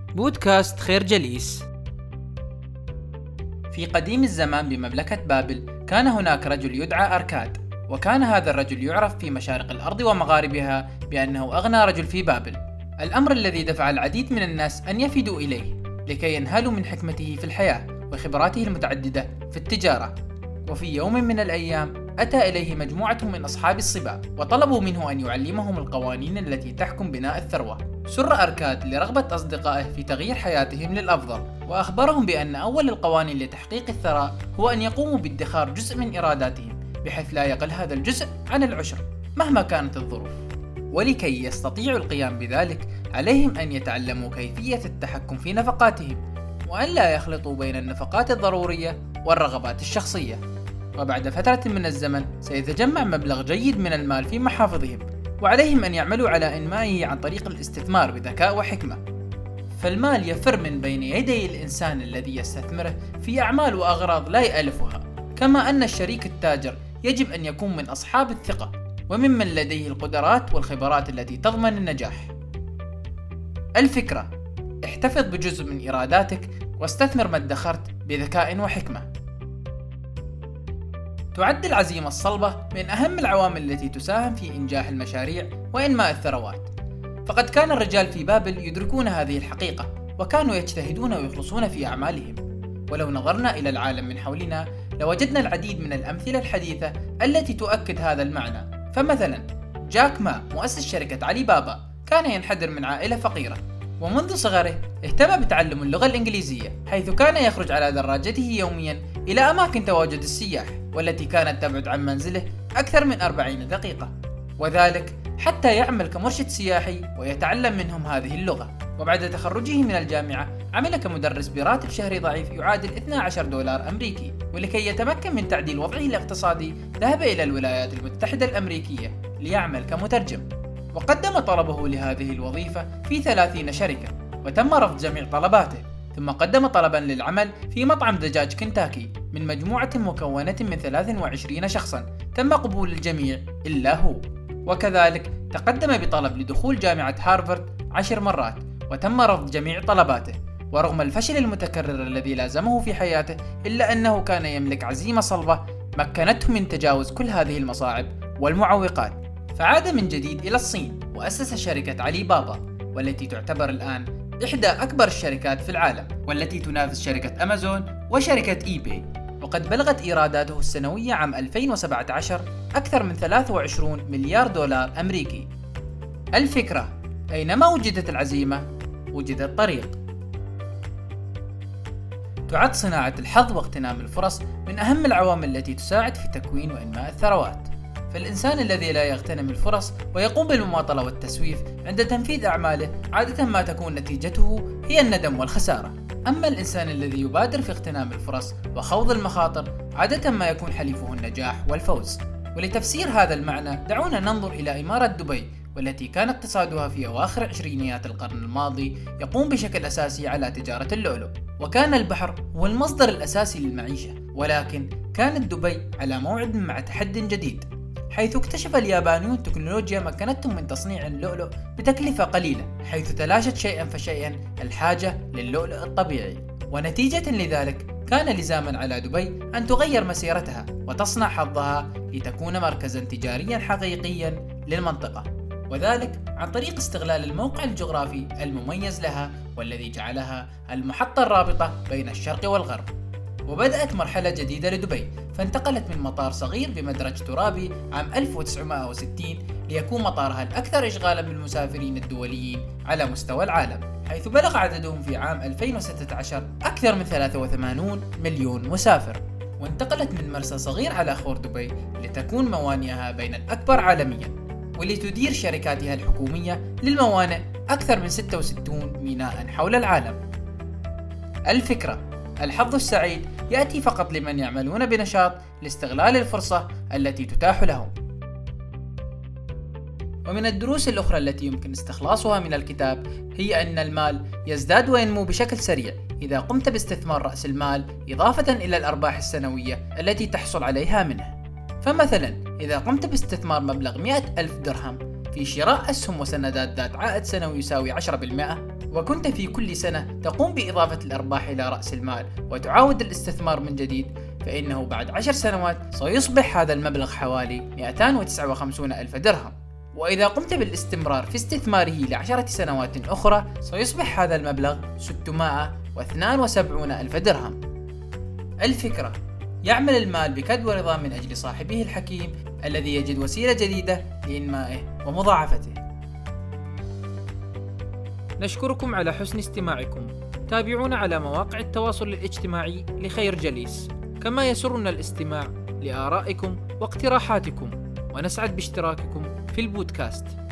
بودكاست خير جليس. في قديم الزمان بمملكة بابل كان هناك رجل يدعى أركاد، وكان هذا الرجل يعرف في مشارق الأرض ومغاربها بأنه أغنى رجل في بابل، الأمر الذي دفع العديد من الناس أن يفدوا إليه لكي ينهلوا من حكمته في الحياة وخبراته المتعددة في التجارة. وفي يوم من الأيام أتى إليه مجموعة من أصحاب الصبا وطلبوا منه أن يعلمهم القوانين التي تحكم بناء الثروة. سر أركاد لرغبة أصدقائه في تغيير حياتهم للأفضل، وأخبرهم بأن أول القوانين لتحقيق الثراء هو أن يقوموا بادخار جزء من إيراداتهم بحيث لا يقل هذا الجزء عن العشر مهما كانت الظروف. ولكي يستطيعوا القيام بذلك عليهم أن يتعلموا كيفية التحكم في نفقاتهم، وأن لا يخلطوا بين النفقات الضرورية والرغبات الشخصية. وبعد فترة من الزمن سيتجمع مبلغ جيد من المال في محافظهم، وعليهم أن يعملوا على إنمائه عن طريق الاستثمار بذكاء وحكمة. فالمال يفر من بين يدي الإنسان الذي يستثمره في أعمال وأغراض لا يألفها، كما أن الشريك التاجر يجب أن يكون من أصحاب الثقة وممن لديه القدرات والخبرات التي تضمن النجاح. الفكرة: احتفظ بجزء من إيراداتك واستثمر ما ادخرت بذكاء وحكمة. تعد العزيمة الصلبة من أهم العوامل التي تساهم في إنجاح المشاريع وإنماء الثروات، فقد كان الرجال في بابل يدركون هذه الحقيقة وكانوا يجتهدون ويخلصون في أعمالهم. ولو نظرنا إلى العالم من حولنا لوجدنا العديد من الأمثلة الحديثة التي تؤكد هذا المعنى. فمثلا جاك ما مؤسس شركة علي بابا كان ينحدر من عائلة فقيرة، ومنذ صغره اهتم بتعلم اللغة الإنجليزية، حيث كان يخرج على دراجته يوميا إلى أماكن تواجد السياح والتي كانت تبعد عن منزله أكثر من 40 دقيقة، وذلك حتى يعمل كمرشد سياحي ويتعلم منهم هذه اللغة. وبعد تخرجه من الجامعة عمل كمدرس براتب شهري ضعيف يعادل 12 دولار أمريكي، ولكي يتمكن من تعديل وضعه الاقتصادي ذهب إلى الولايات المتحدة الأمريكية ليعمل كمترجم، وقدم طلبه لهذه الوظيفة في 30 شركة وتم رفض جميع طلباته. ثم قدم طلبا للعمل في مطعم دجاج كنتاكي من مجموعة مكونة من 23 شخصا، تم قبول الجميع إلا هو. وكذلك تقدم بطلب لدخول جامعة هارفارد 10 مرات وتم رفض جميع طلباته. ورغم الفشل المتكرر الذي لازمه في حياته إلا أنه كان يملك عزيمة صلبة مكنته من تجاوز كل هذه المصاعب والمعوقات، فعاد من جديد إلى الصين وأسس شركة علي بابا، والتي تعتبر الآن إحدى أكبر الشركات في العالم، والتي تنافس شركة أمازون وشركة إيباي. وقد بلغت إيراداته السنوية عام 2017 أكثر من 23 مليار دولار أمريكي. الفكرة: أينما وجدت العزيمة وجد الطريق. تعد صناعة الحظ واغتنام الفرص من أهم العوامل التي تساعد في تكوين وإنماء الثروات. فالإنسان الذي لا يغتنم الفرص ويقوم بالمماطلة والتسويف عند تنفيذ أعماله عادة ما تكون نتيجته هي الندم والخسارة. أما الإنسان الذي يبادر في اغتنام الفرص وخوض المخاطر عادة ما يكون حليفه النجاح والفوز. ولتفسير هذا المعنى دعونا ننظر إلى إمارة دبي، والتي كان اقتصادها في أواخر عشرينيات القرن الماضي يقوم بشكل أساسي على تجارة اللؤلؤ، وكان البحر هو المصدر الأساسي للمعيشة. ولكن كانت دبي على موعد مع تحدي جديد، حيث اكتشف اليابانيون تكنولوجيا مكنتهم من تصنيع اللؤلؤ بتكلفة قليلة، حيث تلاشت شيئا فشيئا الحاجة للؤلؤ الطبيعي. ونتيجة لذلك كان لزاما على دبي أن تغير مسيرتها وتصنع حظها لتكون مركزا تجاريا حقيقيا للمنطقة، وذلك عن طريق استغلال الموقع الجغرافي المميز لها، والذي جعلها المحطة الرابطة بين الشرق والغرب. وبدأت مرحلة جديدة لدبي، فانتقلت من مطار صغير بمدرج ترابي عام 1960 ليكون مطارها الأكثر إشغالا بالمسافرين الدوليين على مستوى العالم، حيث بلغ عددهم في عام 2016 أكثر من 83 مليون مسافر. وانتقلت من مرسى صغير على خور دبي لتكون موانئها بين الأكبر عالميا، ولتدير شركاتها الحكومية للموانئ أكثر من 66 ميناء حول العالم. الفكرة: الحظ السعيد يأتي فقط لمن يعملون بنشاط لاستغلال الفرصة التي تتاح لهم. ومن الدروس الأخرى التي يمكن استخلاصها من الكتاب هي أن المال يزداد وينمو بشكل سريع إذا قمت باستثمار رأس المال إضافة إلى الأرباح السنوية التي تحصل عليها منه. فمثلا إذا قمت باستثمار مبلغ 100,000 درهم في شراء أسهم وسندات ذات عائد سنوي يساوي 10%، وكنت في كل سنة تقوم بإضافة الأرباح إلى رأس المال وتعاود الاستثمار من جديد، فإنه بعد 10 سنوات سيصبح هذا المبلغ حوالي 259 ألف درهم. وإذا قمت بالاستمرار في استثماره ل10 سنوات أخرى سيصبح هذا المبلغ 672 ألف درهم. الفكرة: يعمل المال بكد ورضا من أجل صاحبه الحكيم الذي يجد وسيلة جديدة لإنمائه ومضاعفته. نشكركم على حسن استماعكم. تابعونا على مواقع التواصل الاجتماعي لخير جليس، كما يسرنا الاستماع لآرائكم واقتراحاتكم، ونسعد باشتراككم في البودكاست.